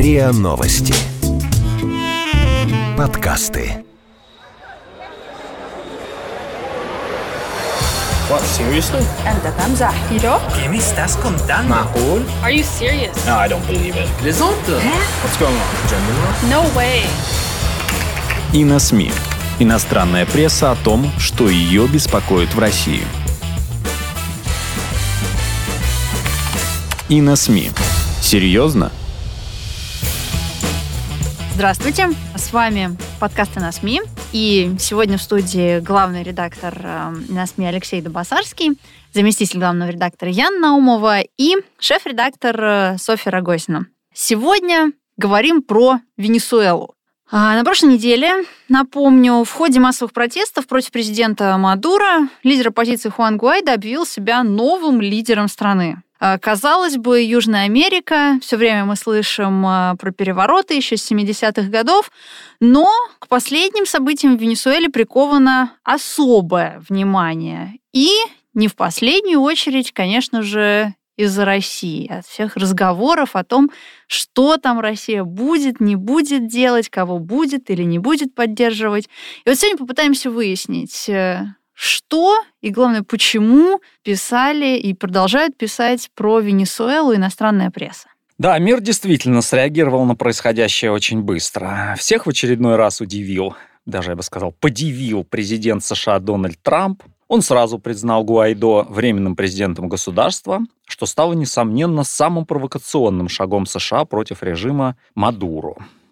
РИА Новости. Подкасты. What, seriously? أنت تمزح. Yo? ¿Qué me estás contando? معقول? Are you serious? No, I don't believe it. Plaisante? What's going on? Gender war? No way. И на СМИ. Иностранная пресса о том, что ее беспокоит в России. И на СМИ. Серьезно? Здравствуйте, с вами подкасты на СМИ. И сегодня в студии главный редактор на СМИ Алексей Дубасарский, заместитель главного редактора Яна Наумова и шеф-редактор Софья Рогозина. Сегодня говорим про Венесуэлу. На прошлой неделе, напомню, в ходе массовых протестов против президента Мадуро лидер оппозиции Хуан Гуайдо объявил себя новым лидером страны. Казалось бы, Южная Америка, все время мы слышим про перевороты еще с 70-х годов, но к последним событиям в Венесуэле приковано особое внимание. И не в последнюю очередь, конечно же, из-за России, от всех разговоров о том, что там Россия будет, не будет делать, кого будет или не будет поддерживать. И вот сегодня попытаемся выяснить, что и, главное, почему писали и продолжают писать про Венесуэлу иностранная пресса. Да, мир действительно среагировал на происходящее очень быстро. Всех в очередной раз удивил, даже, я бы сказал, подивил президент США Дональд Трамп. Он сразу признал Гуайдо временным президентом государства, что стало, несомненно, самым провокационным шагом США против режима Мадуро.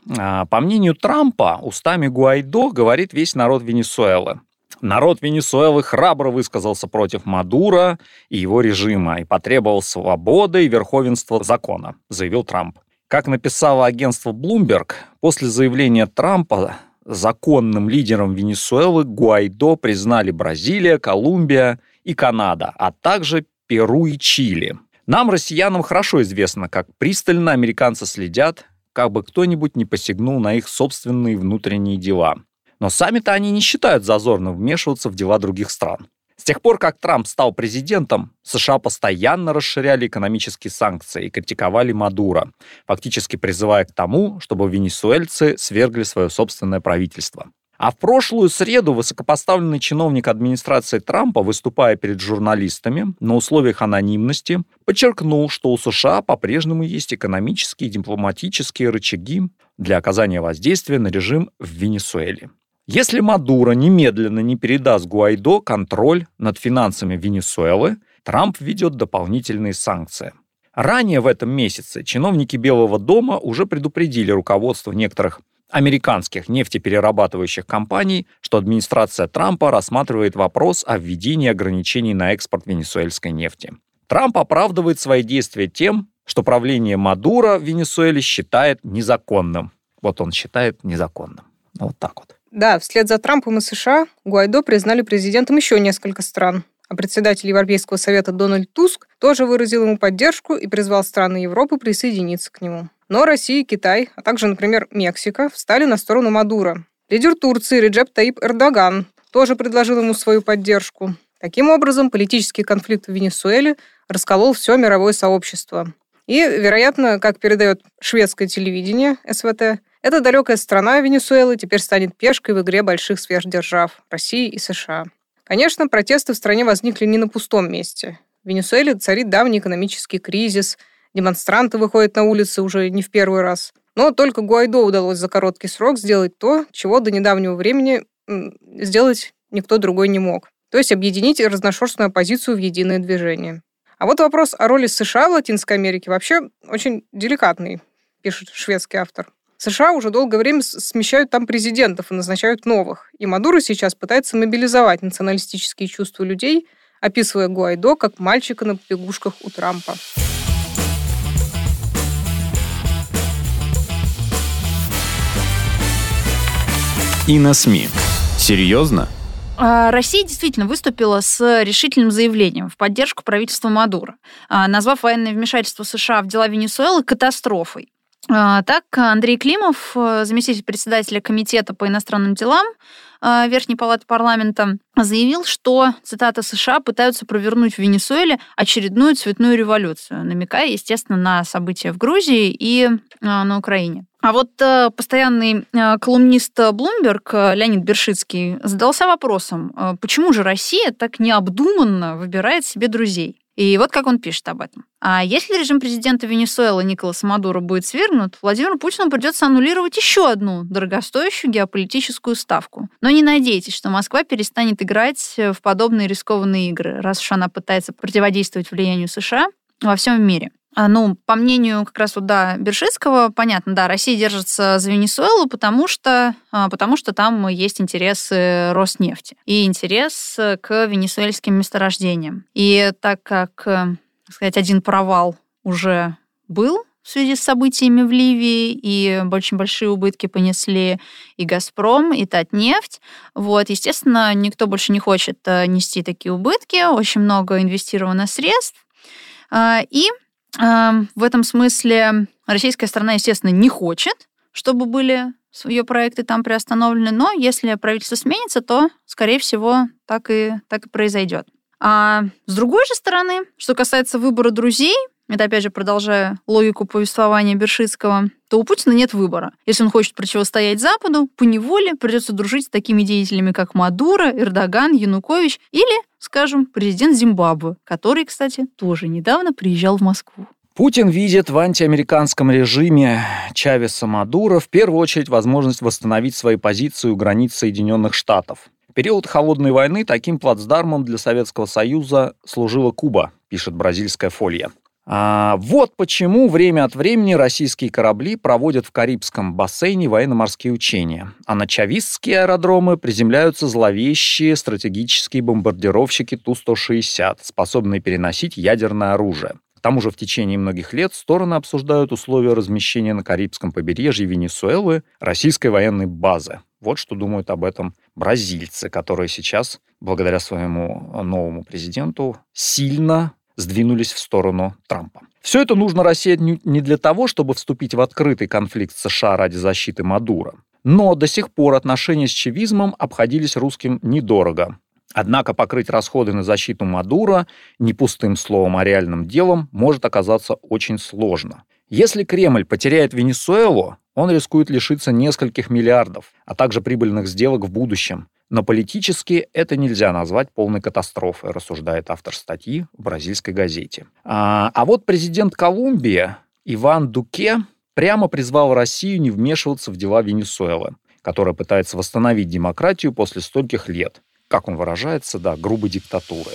По мнению Трампа, устами Гуайдо говорит весь народ Венесуэлы. Народ Венесуэлы храбро высказался против Мадуро и его режима и потребовал свободы и верховенства закона, заявил Трамп. Как написало агентство Bloomberg, после заявления Трампа законным лидером Венесуэлы Гуайдо признали Бразилия, Колумбия и Канада, а также Перу и Чили. Нам, россиянам, хорошо известно, как пристально американцы следят, как бы кто-нибудь не посягнул на их собственные внутренние дела. Но сами-то они не считают зазорным вмешиваться в дела других стран. С тех пор, как Трамп стал президентом, США постоянно расширяли экономические санкции и критиковали Мадуро, фактически призывая к тому, чтобы венесуэльцы свергли свое собственное правительство. А в прошлую среду высокопоставленный чиновник администрации Трампа, выступая перед журналистами на условиях анонимности, подчеркнул, что у США по-прежнему есть экономические и дипломатические рычаги для оказания воздействия на режим в Венесуэле. Если Мадуро немедленно не передаст Гуайдо контроль над финансами Венесуэлы, Трамп введет дополнительные санкции. Ранее в этом месяце чиновники Белого дома уже предупредили руководство некоторых американских нефтеперерабатывающих компаний, что администрация Трампа рассматривает вопрос о введении ограничений на экспорт венесуэльской нефти. Трамп оправдывает свои действия тем, что правление Мадуро в Венесуэле считает незаконным. Вот он считает незаконным. Вот так вот. Да, вслед за Трампом и США Гуайдо признали президентом еще несколько стран. А председатель Европейского совета Дональд Туск тоже выразил ему поддержку и призвал страны Европы присоединиться к нему. Но Россия и Китай, а также, например, Мексика, встали на сторону Мадуро. Лидер Турции Реджеп Таyyip Эрдоган тоже предложил ему свою поддержку. Таким образом, политический конфликт в Венесуэле расколол все мировое сообщество. И, вероятно, как передает шведское телевидение СВТ, эта далекая страна Венесуэлы теперь станет пешкой в игре больших сверхдержав России и США. Конечно, протесты в стране возникли не на пустом месте. В Венесуэле царит давний экономический кризис, демонстранты выходят на улицы уже не в первый раз. Но только Гуайдо удалось за короткий срок сделать то, чего до недавнего времени сделать никто другой не мог. То есть объединить разношерстную оппозицию в единое движение. А вот вопрос о роли США в Латинской Америке вообще очень деликатный, пишет шведский автор. США уже долгое время смещают там президентов и назначают новых. И Мадуро сейчас пытается мобилизовать националистические чувства людей, описывая Гуайдо как мальчика на побегушках у Трампа. И на СМИ. Серьезно? Россия действительно выступила с решительным заявлением в поддержку правительства Мадуро, назвав военное вмешательство США в дела Венесуэлы катастрофой. Так, Андрей Климов, заместитель председателя Комитета по иностранным делам Верхней палаты парламента, заявил, что, цитата, США пытаются провернуть в Венесуэле очередную цветную революцию, намекая, естественно, на события в Грузии и на Украине. А вот постоянный колумнист Bloomberg Леонид Бершицкий задался вопросом, почему же Россия так необдуманно выбирает себе друзей? И вот как он пишет об этом. А если режим президента Венесуэлы Николаса Мадуро будет свергнут, Владимиру Путину придется аннулировать еще одну дорогостоящую геополитическую ставку. Но не надейтесь, что Москва перестанет играть в подобные рискованные игры, раз уж она пытается противодействовать влиянию США во всем мире. По мнению как раз Бершицкого, понятно, да, Россия держится за Венесуэлу, потому что там есть интересы Роснефти и интерес к венесуэльским месторождениям. И так как, один провал уже был в связи с событиями в Ливии, и очень большие убытки понесли и «Газпром», и «Татнефть», естественно, никто больше не хочет нести такие убытки, очень много инвестировано средств, и в этом смысле российская сторона, естественно, не хочет, чтобы были ее проекты там приостановлены, но если правительство сменится, то, скорее всего, так и произойдет. А с другой же стороны, что касается выбора друзей, это, опять же, продолжая логику повествования Бершицкого, то у Путина нет выбора. Если он хочет противостоять Западу, поневоле придется дружить с такими деятелями, как Мадуро, Эрдоган, Янукович или, скажем, президент Зимбабве, который, кстати, тоже недавно приезжал в Москву. Путин видит в антиамериканском режиме Чавеса Мадуро в первую очередь возможность восстановить свои позиции у границ Соединенных Штатов. В период Холодной войны таким плацдармом для Советского Союза служила Куба, пишет бразильская Фолья. Вот почему время от времени российские корабли проводят в Карибском бассейне военно-морские учения, а на чавистские аэродромы приземляются зловещие стратегические бомбардировщики Ту-160, способные переносить ядерное оружие. К тому же в течение многих лет стороны обсуждают условия размещения на Карибском побережье Венесуэлы российской военной базы. Вот что думают об этом бразильцы, которые сейчас, благодаря своему новому президенту, сильно сдвинулись в сторону Трампа. Все это нужно России не для того, чтобы вступить в открытый конфликт с США ради защиты Мадуро. Но до сих пор отношения с чавизмом обходились русским недорого. Однако покрыть расходы на защиту Мадуро не пустым словом, а реальным делом может оказаться очень сложно. Если Кремль потеряет Венесуэлу, он рискует лишиться нескольких миллиардов, а также прибыльных сделок в будущем. Но политически это нельзя назвать полной катастрофой, рассуждает автор статьи в бразильской газете. А вот президент Колумбии Иван Дуке прямо призвал Россию не вмешиваться в дела Венесуэлы, которая пытается восстановить демократию после стольких лет. Как он выражается, грубой диктатуры.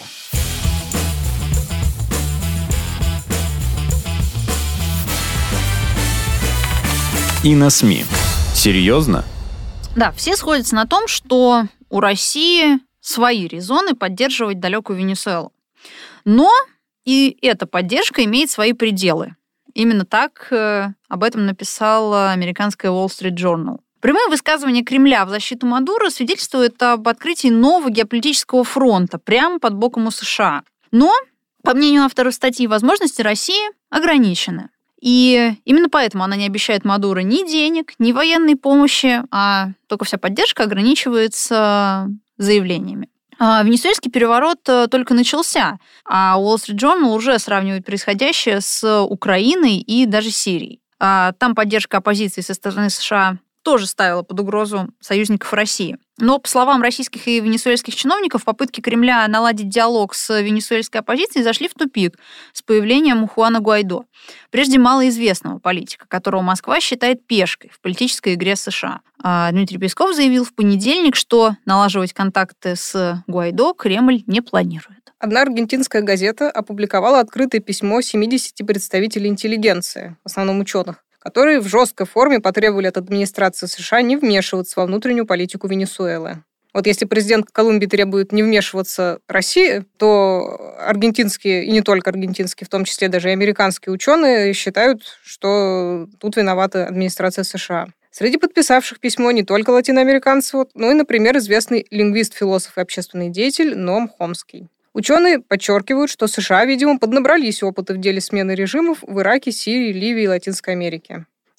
И на СМИ. Серьезно? Да, все сходятся на том, что у России свои резоны поддерживать далекую Венесуэлу. Но и эта поддержка имеет свои пределы. Именно так об этом написала американская Wall Street Journal. Прямые высказывания Кремля в защиту Мадуро свидетельствуют об открытии нового геополитического фронта прямо под боком у США. Но, по мнению автора статьи, возможности России ограничены. И именно поэтому она не обещает Мадуро ни денег, ни военной помощи, а только вся поддержка ограничивается заявлениями. Венесуэльский переворот только начался, а Wall Street Journal уже сравнивает происходящее с Украиной и даже Сирией. Там поддержка оппозиции со стороны США тоже ставила под угрозу союзников России. Но, по словам российских и венесуэльских чиновников, попытки Кремля наладить диалог с венесуэльской оппозицией зашли в тупик с появлением Хуана Гуайдо, прежде малоизвестного политика, которого Москва считает пешкой в политической игре США. Дмитрий Песков заявил в понедельник, что налаживать контакты с Гуайдо Кремль не планирует. Одна аргентинская газета опубликовала открытое письмо 70 представителей интеллигенции, в основном ученых, которые в жесткой форме потребовали от администрации США не вмешиваться во внутреннюю политику Венесуэлы. Вот если президент Колумбии требует не вмешиваться России, то аргентинские, и не только аргентинские, в том числе даже и американские ученые считают, что тут виновата администрация США. Среди подписавших письмо не только латиноамериканцы, но и, например, известный лингвист, философ и общественный деятель Ноам Хомский. Ученые подчеркивают, что США, видимо, поднабрались опыта в деле смены режимов в Ираке, Сирии, Ливии и Латинской Америке.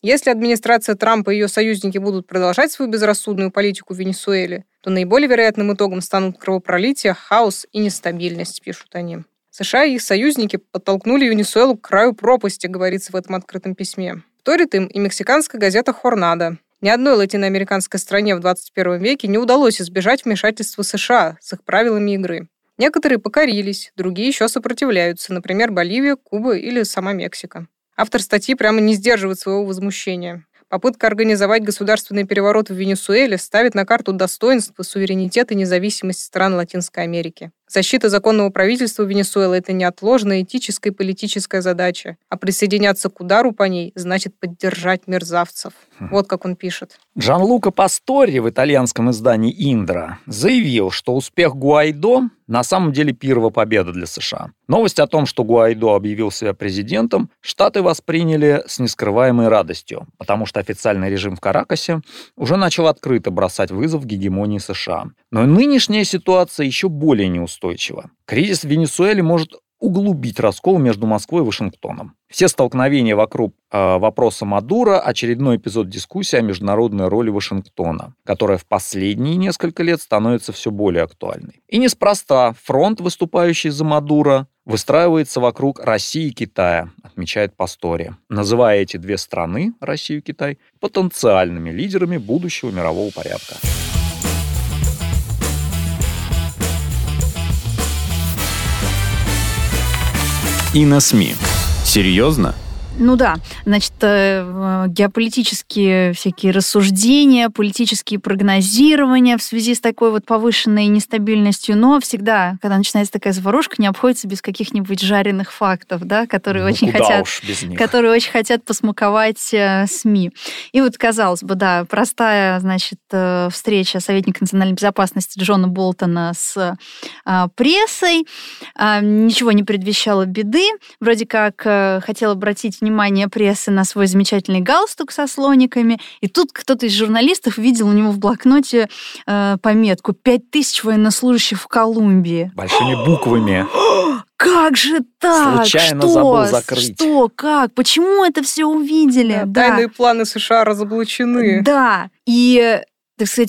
Если администрация Трампа и ее союзники будут продолжать свою безрассудную политику в Венесуэле, то наиболее вероятным итогом станут кровопролитие, хаос и нестабильность, пишут они. США и их союзники подтолкнули Венесуэлу к краю пропасти, говорится в этом открытом письме. Вторит им и мексиканская газета «Хорнадо». Ни одной латиноамериканской стране в 21 веке не удалось избежать вмешательства США с их правилами игры. Некоторые покорились, другие еще сопротивляются, например, Боливия, Куба или сама Мексика. Автор статьи прямо не сдерживает своего возмущения. Попытка организовать государственный переворот в Венесуэле ставит на карту достоинство, суверенитет и независимость стран Латинской Америки. Защита законного правительства Венесуэлы – это неотложная этическая и политическая задача, а присоединяться к удару по ней значит поддержать мерзавцев. Вот как он пишет. Джанлука Пастори в итальянском издании «Индра» заявил, что успех Гуайдо на самом деле первая победа для США. Новость о том, что Гуайдо объявил себя президентом, Штаты восприняли с нескрываемой радостью, потому что официальный режим в Каракасе уже начал открыто бросать вызов гегемонии США. Но нынешняя ситуация еще более неустойчива. Кризис в Венесуэле может углубить раскол между Москвой и Вашингтоном. Все столкновения вокруг вопроса Мадуро – очередной эпизод дискуссии о международной роли Вашингтона, которая в последние несколько лет становится все более актуальной. И неспроста фронт, выступающий за Мадуро, выстраивается вокруг России и Китая, отмечает Пастори, называя эти две страны, Россию и Китай, потенциальными лидерами будущего мирового порядка. И на СМИ. Серьезно? Ну да, значит, геополитические всякие рассуждения, политические прогнозирования в связи с такой вот повышенной нестабильностью, но всегда, когда начинается такая заварушка, не обходится без каких-нибудь жареных фактов, да, которые очень хотят посмаковать СМИ. И вот, казалось бы, да, простая, значит, встреча советника национальной безопасности Джона Болтона с прессой, ничего не предвещало беды, вроде как хотел обратить внимание прессы на свой замечательный галстук со слониками. И тут кто-то из журналистов видел у него в блокноте пометку «5000 военнослужащих в Колумбии». Большими буквами. Как же так? Случайно забыл закрыть. Что? Как? Почему это все увидели? Да. Тайные планы США разоблачены. Да. И, так сказать,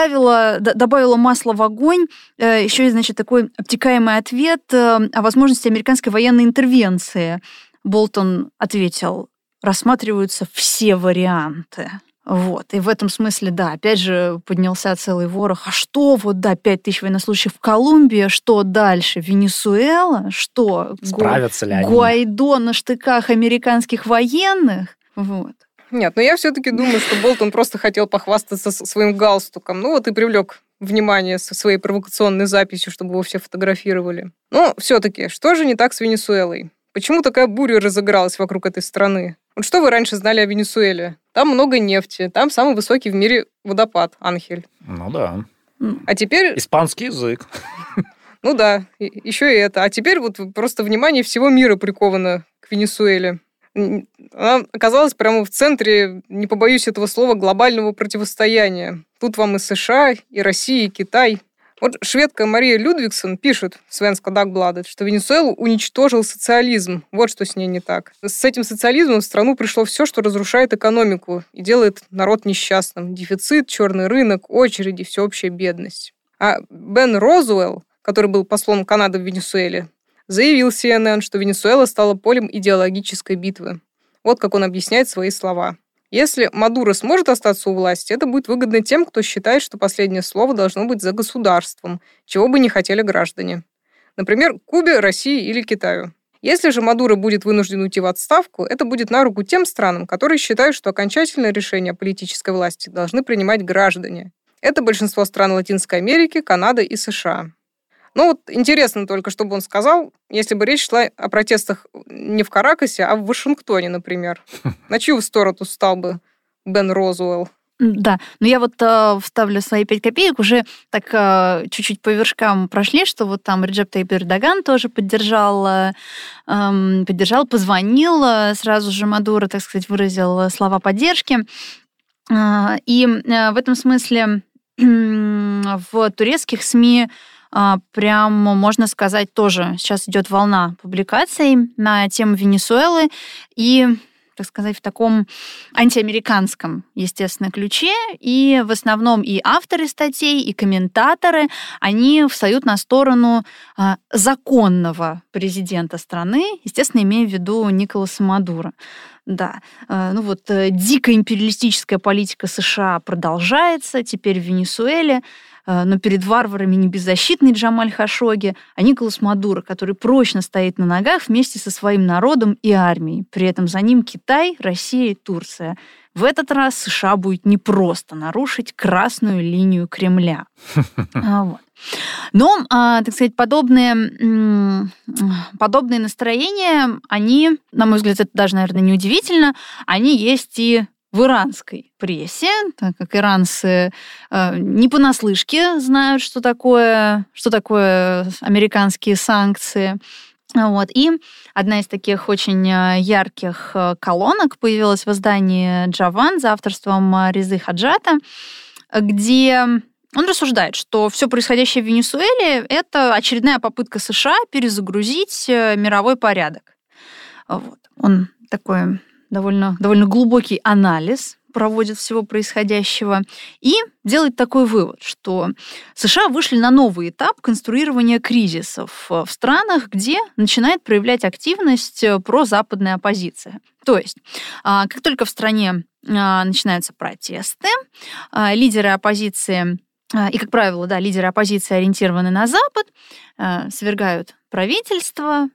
добавила масло в огонь еще и, значит, такой обтекаемый ответ о возможности американской военной интервенции. Болтон ответил: рассматриваются все варианты. Вот. И в этом смысле, да, опять же поднялся целый ворох. А что, 5000 военнослужащих в Колумбии, что дальше? Венесуэла? Что? Справятся ли они? Гуайдо на штыках американских военных? Вот. Нет, но я все-таки думаю, что Болтон просто хотел похвастаться своим галстуком. Ну вот и привлек внимание со своей провокационной записью, чтобы его все фотографировали. Но все-таки, что же не так с Венесуэлой? Почему такая буря разыгралась вокруг этой страны? Вот что вы раньше знали о Венесуэле? Там много нефти, там самый высокий в мире водопад, Анхель. Ну да. А теперь... Испанский язык. Ну да, еще и это. А теперь вот просто внимание всего мира приковано к Венесуэле. Она оказалась прямо в центре, не побоюсь этого слова, глобального противостояния. Тут вам и США, и Россия, и Китай. Вот шведка Мария Людвигсон пишет в Svenska Dagbladet, что Венесуэлу уничтожил социализм. Вот что с ней не так. С этим социализмом в страну пришло все, что разрушает экономику и делает народ несчастным. Дефицит, черный рынок, очереди, всеобщая бедность. А Бен Розуэлл, который был послом Канады в Венесуэле, заявил CNN, что Венесуэла стала полем идеологической битвы. Вот как он объясняет свои слова. Если Мадуро сможет остаться у власти, это будет выгодно тем, кто считает, что последнее слово должно быть за государством, чего бы не хотели граждане. Например, Кубе, России или Китаю. Если же Мадуро будет вынужден уйти в отставку, это будет на руку тем странам, которые считают, что окончательное решение о политической власти должны принимать граждане. Это большинство стран Латинской Америки, Канады и США. Ну вот интересно только, что бы он сказал, если бы речь шла о протестах не в Каракасе, а в Вашингтоне, например. На чью сторону стал бы Бен Розуэлл? Да, но я вот вставлю свои 5 копеек, уже так чуть-чуть по вершкам прошли, что вот там Реджеп Тайип Эрдоган тоже поддержал, позвонил, сразу же Мадуро, так сказать, выразил слова поддержки. И в этом смысле в турецких СМИ прям, можно сказать, тоже сейчас идет волна публикаций на тему Венесуэлы. И так сказать, в таком антиамериканском, естественно, ключе. И в основном и авторы статей, и комментаторы, они встают на сторону законного президента страны, естественно, имея в виду Николаса Мадуро. Да, дикая империалистическая политика США продолжается, теперь в Венесуэле, но перед варварами не беззащитный Джамаль Хашогги, а Николас Мадуро, который прочно стоит на ногах вместе со своим народом и армией. При этом за ним Китай, Россия и Турция. В этот раз США будет непросто нарушить красную линию Кремля. Но, так сказать, подобные настроения, они, на мой взгляд, это даже, наверное, неудивительно, они есть и в иранской прессе, так как иранцы не понаслышке знают, что такое американские санкции. И одна из таких очень ярких колонок появилась в издании «Джаван» за авторством Резы Хаджата, где он рассуждает, что все происходящее в Венесуэле – это очередная попытка США перезагрузить мировой порядок. Он такой довольно глубокий анализ проводит всего происходящего и делает такой вывод, что США вышли на новый этап конструирования кризисов в странах, где начинает проявлять активность прозападная оппозиция. То есть, как только в стране начинаются протесты, лидеры оппозиции, и, как правило, лидеры оппозиции ориентированы на Запад, свергают правительство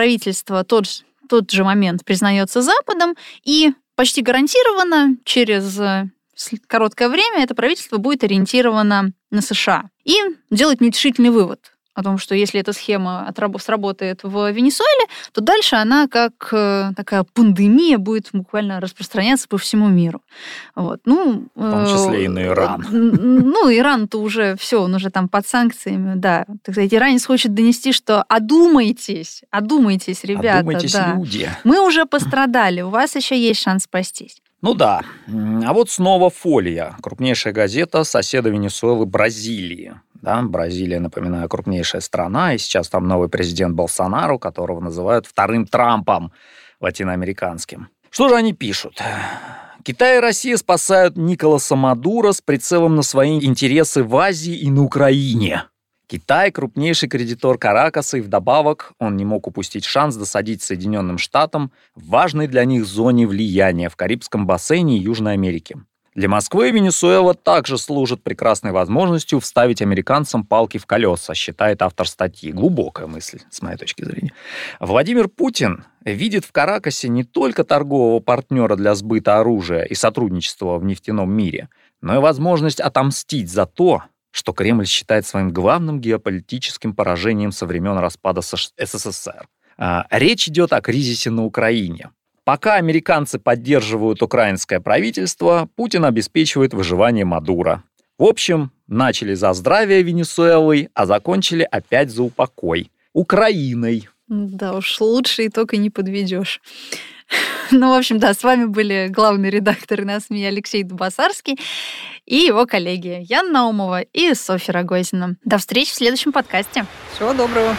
тот же момент признается Западом, и почти гарантированно через короткое время это правительство будет ориентировано на США. И делает неутешительный вывод о том, что если эта схема сработает в Венесуэле, то дальше она, как такая пандемия, будет буквально распространяться по всему миру. В том числе и на Иран. Иран-то уже все, он уже там под санкциями, да. Так сказать, иранец хочет донести, что одумайтесь, ребята. Одумайтесь, люди. Мы уже пострадали, у вас еще есть шанс спастись. А вот снова «Фолия», крупнейшая газета соседа Венесуэлы Бразилии. Да, Бразилия, напоминаю, крупнейшая страна, и сейчас там новый президент Болсонару, которого называют вторым Трампом латиноамериканским. Что же они пишут? Китай и Россия спасают Николаса Мадуро с прицелом на свои интересы в Азии и на Украине. Китай – крупнейший кредитор Каракаса, и вдобавок он не мог упустить шанс досадить Соединенным Штатам в важной для них зоне влияния в Карибском бассейне и Южной Америке. Для Москвы Венесуэла также служит прекрасной возможностью вставить американцам палки в колеса, считает автор статьи. Глубокая мысль, с моей точки зрения. Владимир Путин видит в Каракасе не только торгового партнера для сбыта оружия и сотрудничества в нефтяном мире, но и возможность отомстить за то, что Кремль считает своим главным геополитическим поражением со времен распада СССР. Речь идет о кризисе на Украине. Пока американцы поддерживают украинское правительство, Путин обеспечивает выживание Мадуро. В общем, начали за здравие Венесуэлы, а закончили опять за упокой. Украиной. Да уж, лучше итог и не подведешь. В общем, с вами были главный редактор на СМИ Алексей Дубасарский и его коллеги Яна Наумова и Софья Рогозина. До встречи в следующем подкасте. Всего доброго.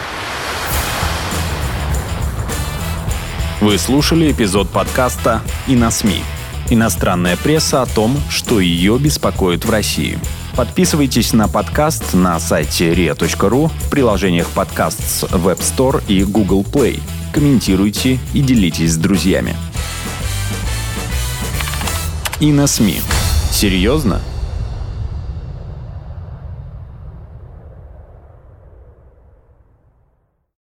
Вы слушали эпизод подкаста «И на СМИ». Иностранная пресса о том, что ее беспокоит в России. Подписывайтесь на подкаст на сайте ria.ru, в приложениях подкаст с Web Store и Google Play. Комментируйте и делитесь с друзьями. «И на СМИ». Серьезно?